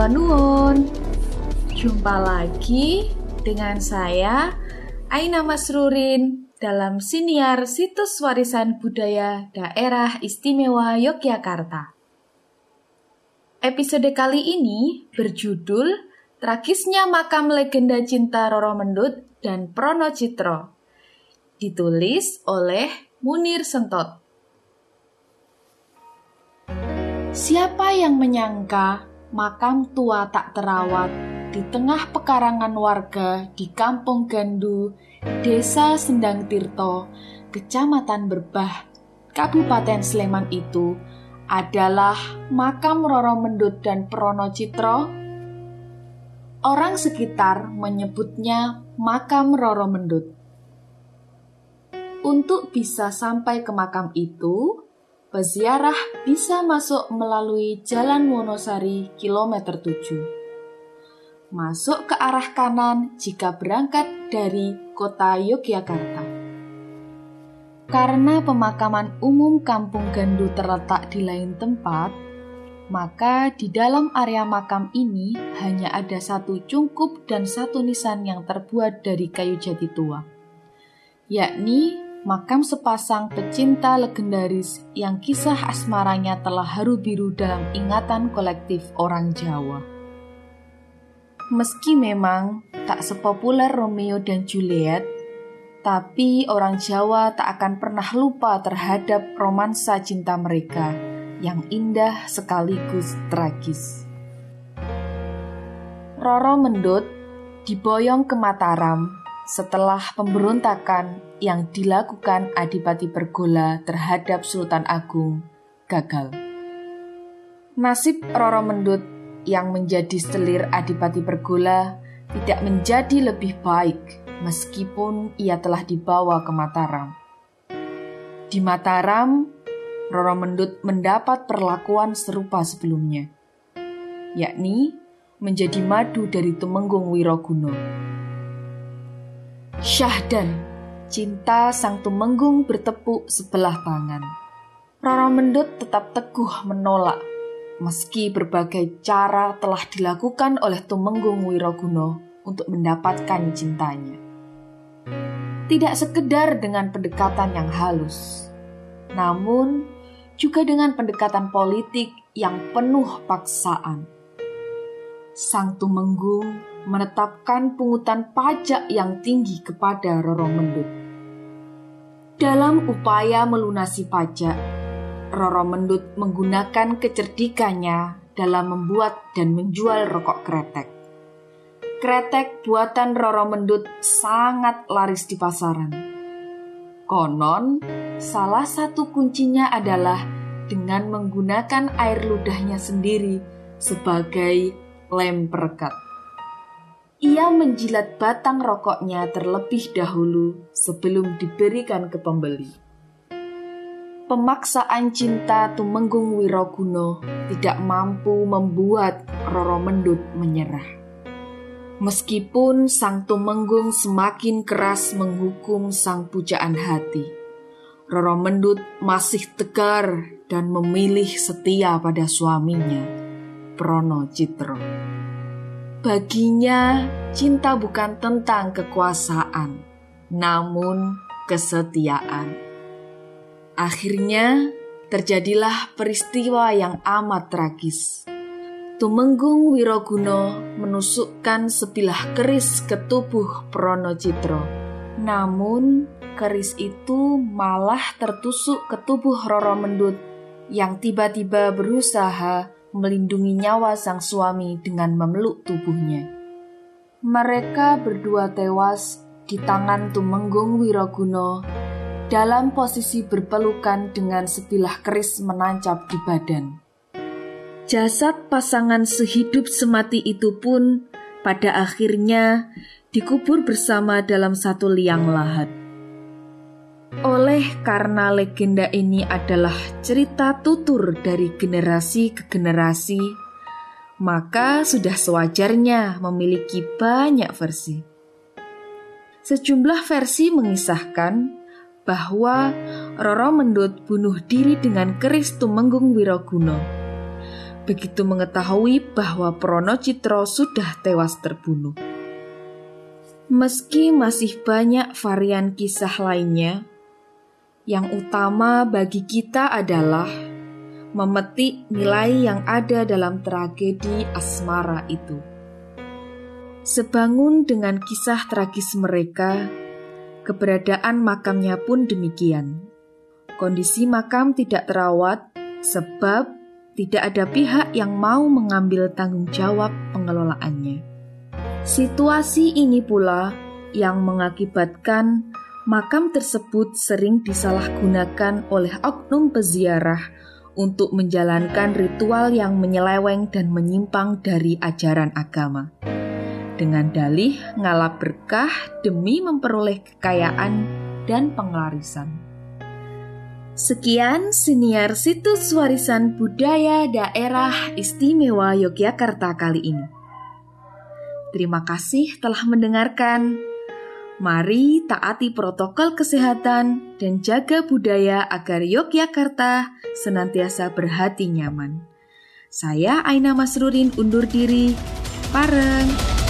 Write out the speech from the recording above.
Kula nuwun. Jumpa lagi dengan saya, Aina Masrurin, dalam siniar Situs Warisan Budaya Daerah Istimewa Yogyakarta. Episode kali ini berjudul Tragisnya Makam Legenda Cinta Roro Mendut dan Prono Citro. Ditulis oleh Munir Sentot. Siapa yang menyangka makam tua tak terawat di tengah pekarangan warga di Kampung Gandu, Desa Sendang Tirto, Kecamatan Berbah, Kabupaten Sleman itu adalah makam Roro Mendut dan Prono Citro? Orang sekitar menyebutnya makam Roro Mendut. Untuk bisa sampai ke makam itu, peziarah bisa masuk melalui Jalan Wonosari kilometer 7. Masuk ke arah kanan jika berangkat dari kota Yogyakarta. Karena pemakaman umum Kampung Gandu terletak di lain tempat, maka di dalam area makam ini hanya ada satu cungkup dan satu nisan yang terbuat dari kayu jati tua, yakni makam sepasang pecinta legendaris yang kisah asmaranya telah haru biru dalam ingatan kolektif orang Jawa. Meski memang tak sepopuler Romeo dan Juliet, tapi orang Jawa tak akan pernah lupa terhadap romansa cinta mereka yang indah sekaligus tragis. Roro Mendut diboyong ke Mataram setelah pemberontakan yang dilakukan Adipati Pergola terhadap Sultan Agung gagal. Nasib Roro Mendut yang menjadi selir Adipati Pergola tidak menjadi lebih baik meskipun ia telah dibawa ke Mataram. Di Mataram, Roro Mendut mendapat perlakuan serupa sebelumnya, yakni menjadi madu dari Tumenggung Wiroguna. Syahdan, cinta sang Tumenggung bertepuk sebelah tangan. Roro Mendut tetap teguh menolak, meski berbagai cara telah dilakukan oleh Tumenggung Wiroguna untuk mendapatkan cintanya. Tidak sekedar dengan pendekatan yang halus, namun juga dengan pendekatan politik yang penuh paksaan. Sang Tumenggung menetapkan pungutan pajak yang tinggi kepada Roro Mendut. Dalam upaya melunasi pajak, Roro Mendut menggunakan kecerdikannya dalam membuat dan menjual rokok kretek. Kretek buatan Roro Mendut sangat laris di pasaran. Konon, salah satu kuncinya adalah dengan menggunakan air ludahnya sendiri sebagai lem perekat. Ia menjilat batang rokoknya terlebih dahulu sebelum diberikan ke pembeli. Pemaksaan cinta Tumenggung Wiroguna tidak mampu membuat Roro Mendut menyerah. Meskipun sang Tumenggung semakin keras menghukum sang pujaan hati, Roro Mendut masih tegar dan memilih setia pada suaminya, Prono Citro. Baginya, cinta bukan tentang kekuasaan, namun kesetiaan. Akhirnya, terjadilah peristiwa yang amat tragis. Tumenggung Wiroguna menusukkan sebilah keris ke tubuh Prono Citro. Namun, keris itu malah tertusuk ke tubuh Roro Mendut yang tiba-tiba berusaha melindungi nyawa sang suami dengan memeluk tubuhnya. Mereka berdua tewas di tangan Tumenggung Wiroguna dalam posisi berpelukan dengan sebilah keris menancap di badan. Jasad pasangan sehidup semati itu pun pada akhirnya dikubur bersama dalam satu liang lahat. Oleh karena legenda ini adalah cerita tutur dari generasi ke generasi, maka sudah sewajarnya memiliki banyak versi. Sejumlah versi mengisahkan bahwa Roro Mendut bunuh diri dengan keris Tumenggung Wiroguna. begitu mengetahui bahwa Pronocitro sudah tewas terbunuh. Meski masih banyak varian kisah lainnya, yang utama bagi kita adalah memetik nilai yang ada dalam tragedi asmara itu. Sebangun dengan kisah tragis mereka, keberadaan makamnya pun demikian. Kondisi makam tidak terawat sebab tidak ada pihak yang mau mengambil tanggung jawab pengelolaannya. Situasi ini pula yang mengakibatkan makam tersebut sering disalahgunakan oleh oknum peziarah untuk menjalankan ritual yang menyeleweng dan menyimpang dari ajaran agama, dengan dalih ngalap berkah demi memperoleh kekayaan dan penglarisan. Sekian siniar situs warisan budaya daerah istimewa Yogyakarta kali ini. Terima kasih telah mendengarkan. Mari taati protokol kesehatan dan jaga budaya agar Yogyakarta senantiasa berhati nyaman. Saya Aina Masrurin undur diri. Pareng.